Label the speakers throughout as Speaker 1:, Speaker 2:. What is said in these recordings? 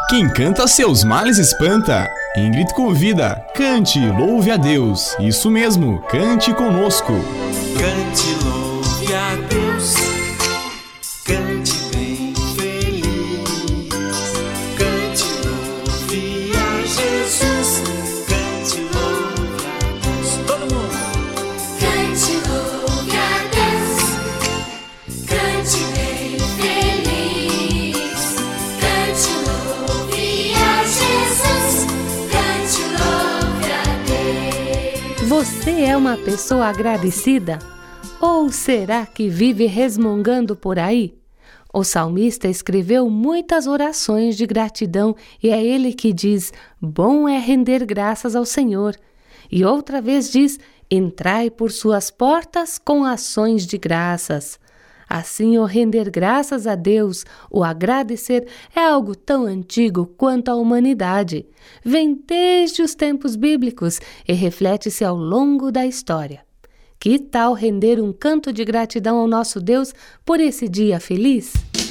Speaker 1: Quem canta seus males espanta. Ingrid convida, cante, louve a Deus. Isso mesmo, cante conosco.
Speaker 2: Cante, louve a Deus. Cante bem feliz. Cante, louve a Jesus. Cante, louve a Deus. Todo mundo.
Speaker 3: Cante, louve a Deus. Cante bem feliz. Cante, louve a Jesus. Cante, louve a Deus.
Speaker 4: Você é uma pessoa agradecida? Ou será que vive resmungando por aí? O salmista escreveu muitas orações de gratidão e é ele que diz: bom é render graças ao Senhor. E outra vez diz: entrai por suas portas com ações de graças. Assim, o render graças a Deus, o agradecer, é algo tão antigo quanto a humanidade. Vem desde os tempos bíblicos e reflete-se ao longo da história. Que tal render um canto de gratidão ao nosso Deus por esse dia feliz?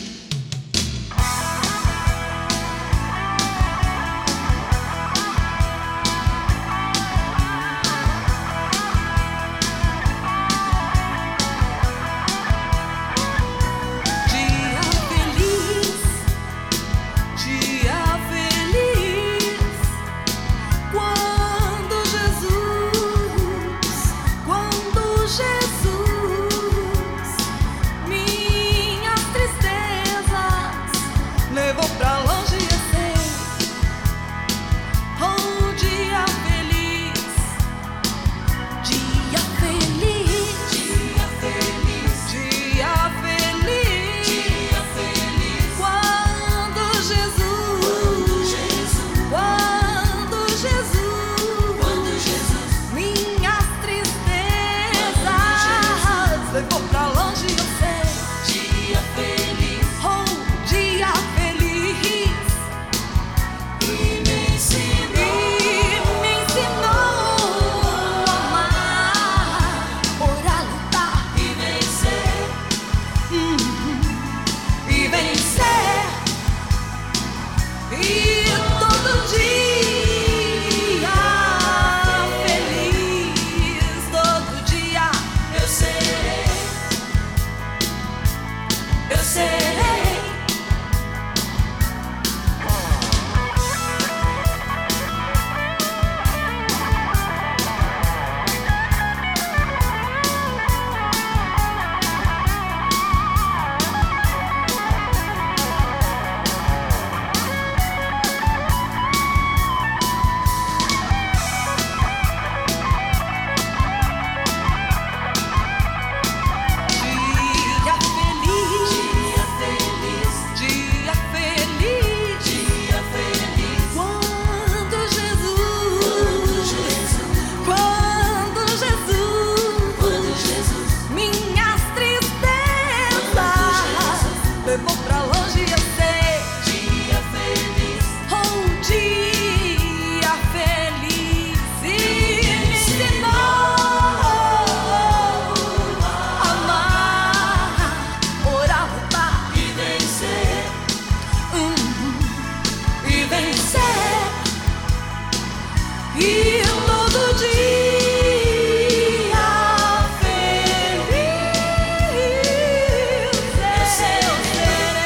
Speaker 2: Levou pra longe eu sei. Oh, dia feliz. Dia feliz. Dia feliz. Dia feliz. Dia feliz. Quando Jesus. Quando Jesus. Minhas tristezas. Levou pra longe eu sei. Dia feliz. Oh, dia feliz. E me ensinou a amar, a lutar e vencer. E vencer. E todo dia feliz. Todo dia eu serei. Eu serei. Dia feliz. Dia feliz. Dia feliz. Quando Jesus. Minhas tristezas. Levou pra longe eu sei. Dia feliz. Oh, dia feliz. E me ensinou a amar, orar, lutar e vencer. E vencer. E todo dia feliz eu serei.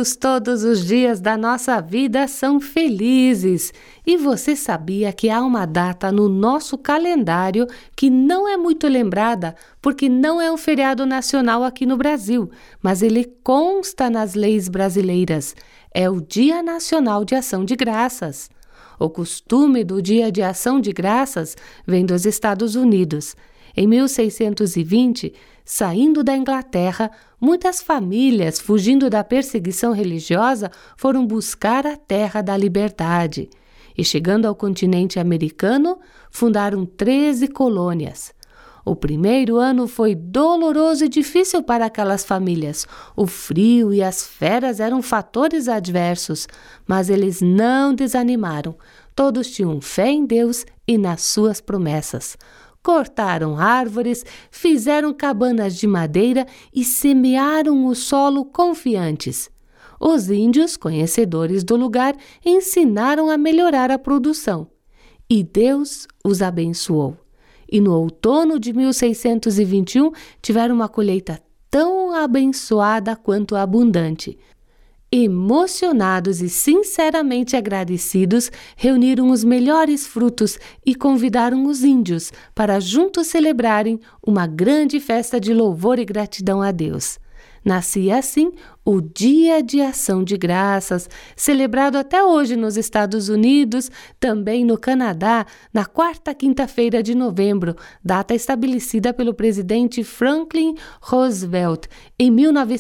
Speaker 4: todos os dias da nossa vida são felizes. E você sabia que há uma data no nosso calendário que não é muito lembrada, porque não é um feriado nacional aqui no Brasil, mas ele consta nas leis brasileiras. É o Dia Nacional de Ação de Graças. O costume do Dia de Ação de Graças vem dos Estados Unidos. Em 1620, saindo da Inglaterra, muitas famílias, fugindo da perseguição religiosa, foram buscar a terra da liberdade. E chegando ao continente americano, fundaram 13 colônias. O primeiro ano foi doloroso e difícil para aquelas famílias. O frio e as feras eram fatores adversos, mas eles não desanimaram. Todos tinham fé em Deus e nas suas promessas. Cortaram árvores, fizeram cabanas de madeira e semearam o solo confiantes. Os índios, conhecedores do lugar, ensinaram a melhorar a produção. E Deus os abençoou. E no outono de 1621 tiveram uma colheita tão abençoada quanto abundante. Emocionados e sinceramente agradecidos, reuniram os melhores frutos e convidaram os índios para juntos celebrarem uma grande festa de louvor e gratidão a Deus. Nascia assim o Dia de Ação de Graças, celebrado até hoje nos Estados Unidos, também no Canadá, na quarta quinta-feira de novembro, data estabelecida pelo presidente Franklin Roosevelt em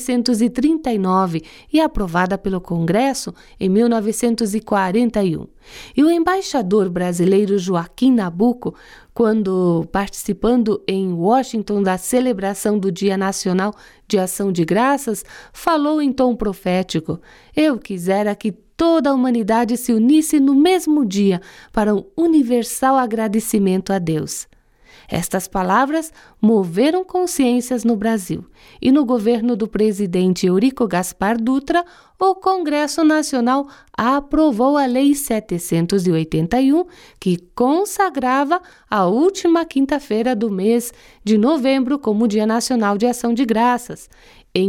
Speaker 4: 1939 e aprovada pelo Congresso em 1941. E o embaixador brasileiro Joaquim Nabuco, quando participando em Washington da celebração do Dia Nacional de Ação de Graças, falou em tom profético: "Eu quisera que toda a humanidade se unisse no mesmo dia para um universal agradecimento a Deus." Estas palavras moveram consciências no Brasil e no governo do presidente Eurico Gaspar Dutra, o Congresso Nacional aprovou a Lei 781, que consagrava a última quinta-feira do mês de novembro como Dia Nacional de Ação de Graças. Em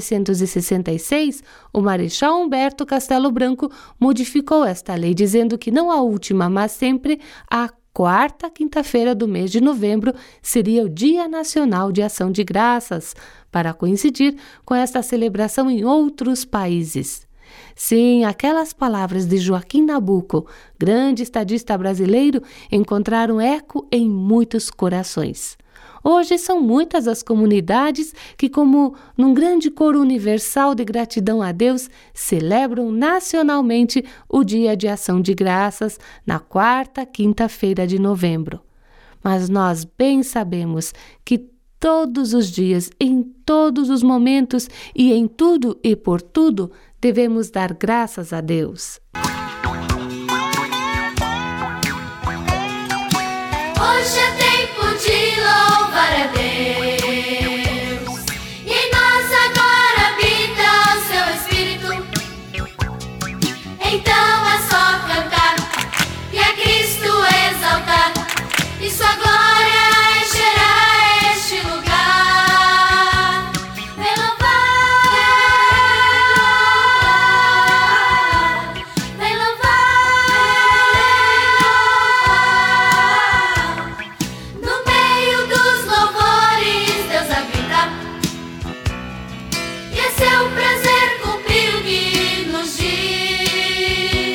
Speaker 4: 1966, o Marechal Humberto Castelo Branco modificou esta lei, dizendo que não a última, mas sempre a quarta quinta-feira do mês de novembro seria o Dia Nacional de Ação de Graças, para coincidir com esta celebração em outros países. Sim, aquelas palavras de Joaquim Nabuco, grande estadista brasileiro, encontraram eco em muitos corações. Hoje são muitas as comunidades que, como num grande coro universal de gratidão a Deus, celebram nacionalmente o Dia de Ação de Graças na quarta quinta-feira de novembro. Mas nós bem sabemos que todos os dias, em todos os momentos e em tudo e por tudo, devemos dar graças a Deus.
Speaker 3: Hoje é tempo de louvar a Deus, e em nós agora habita o seu Espírito. Então é só cantar e a Cristo exaltar, e sua glória encherá este lugar. Vem louvar, vem louvar. No meio dos louvores Deus habita, e é seu prazer cumprir o que nos diz.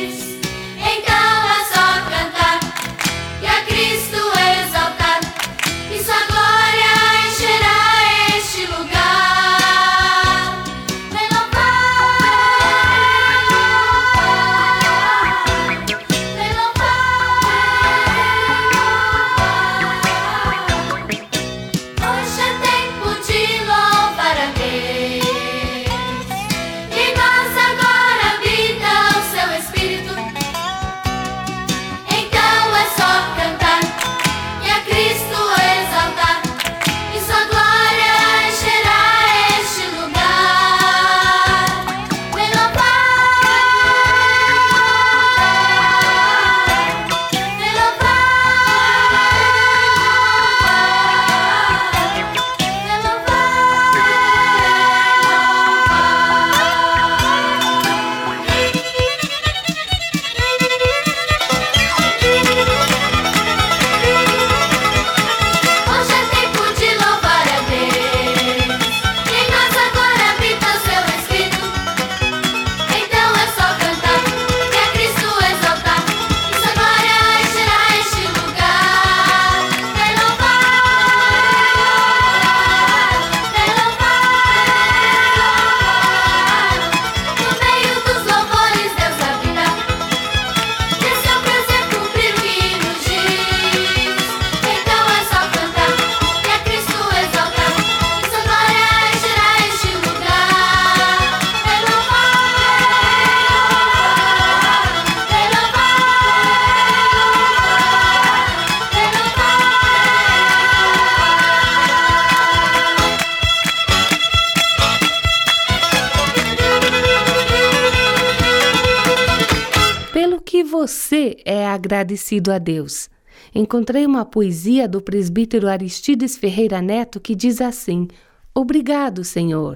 Speaker 4: Pelo que você é agradecido a Deus? Encontrei uma poesia do presbítero Aristides Ferreira Neto que diz assim: Obrigado, Senhor.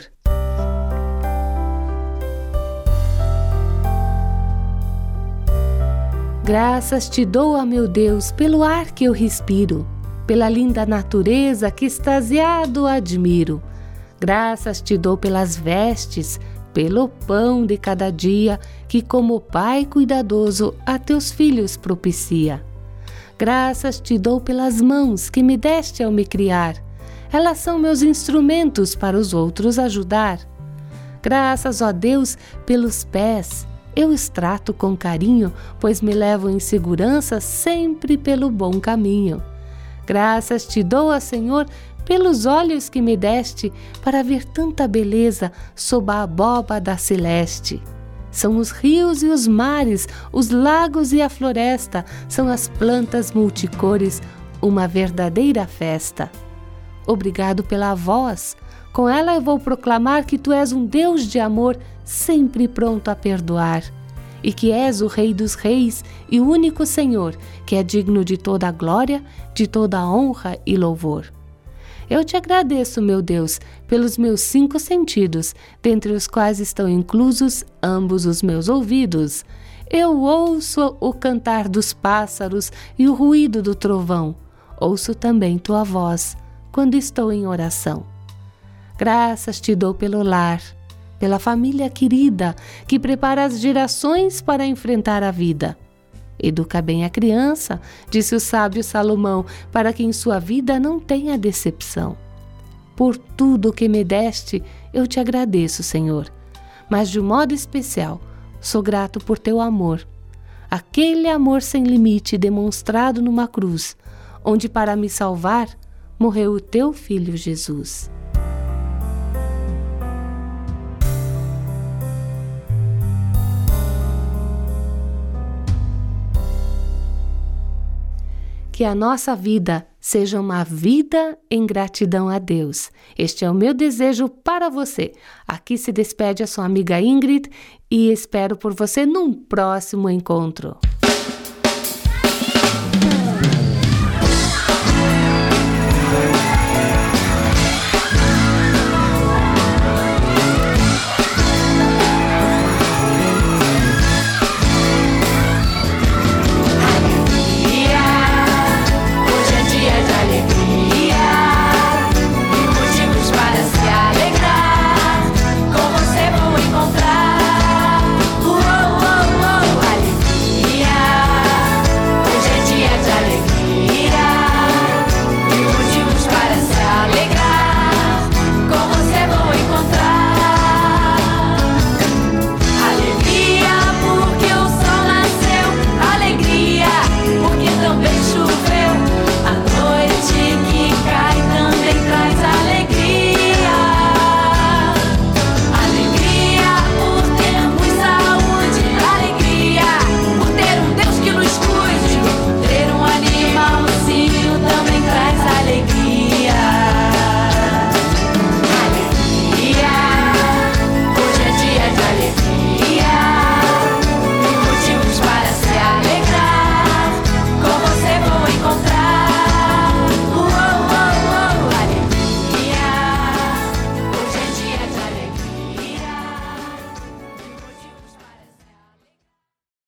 Speaker 4: Graças te dou, ó meu Deus, pelo ar que eu respiro, pela linda natureza que extasiado admiro. Graças te dou pelas vestes, pelo pão de cada dia que como Pai cuidadoso a teus filhos propicia. Graças te dou pelas mãos que me deste ao me criar, elas são meus instrumentos para os outros ajudar. Graças, ó Deus, pelos pés, eu os trato com carinho, pois me levam em segurança sempre pelo bom caminho. Graças te dou, ó Senhor, pelos olhos que me deste, para ver tanta beleza sob a abóbada celeste. São os rios e os mares, os lagos e a floresta, são as plantas multicores, uma verdadeira festa. Obrigado pela voz, com ela eu vou proclamar que tu és um Deus de amor, sempre pronto a perdoar, e que és o Rei dos Reis e o único Senhor, que é digno de toda a glória, de toda a honra e louvor. Eu te agradeço, meu Deus, pelos meus 5 sentidos, dentre os quais estão inclusos ambos os meus ouvidos. Eu ouço o cantar dos pássaros e o ruído do trovão. Ouço também tua voz, quando estou em oração. Graças te dou pelo lar, pela família querida, que prepara as gerações para enfrentar a vida. Educa bem a criança, disse o sábio Salomão, para que em sua vida não tenha decepção. Por tudo que me deste, eu te agradeço, Senhor, mas de um modo especial, sou grato por teu amor. Aquele amor sem limite demonstrado numa cruz, onde para me salvar, morreu o teu Filho Jesus. Que a nossa vida seja uma vida em gratidão a Deus. Este é o meu desejo para você. Aqui se despede a sua amiga Ingrid e espero por você num próximo encontro.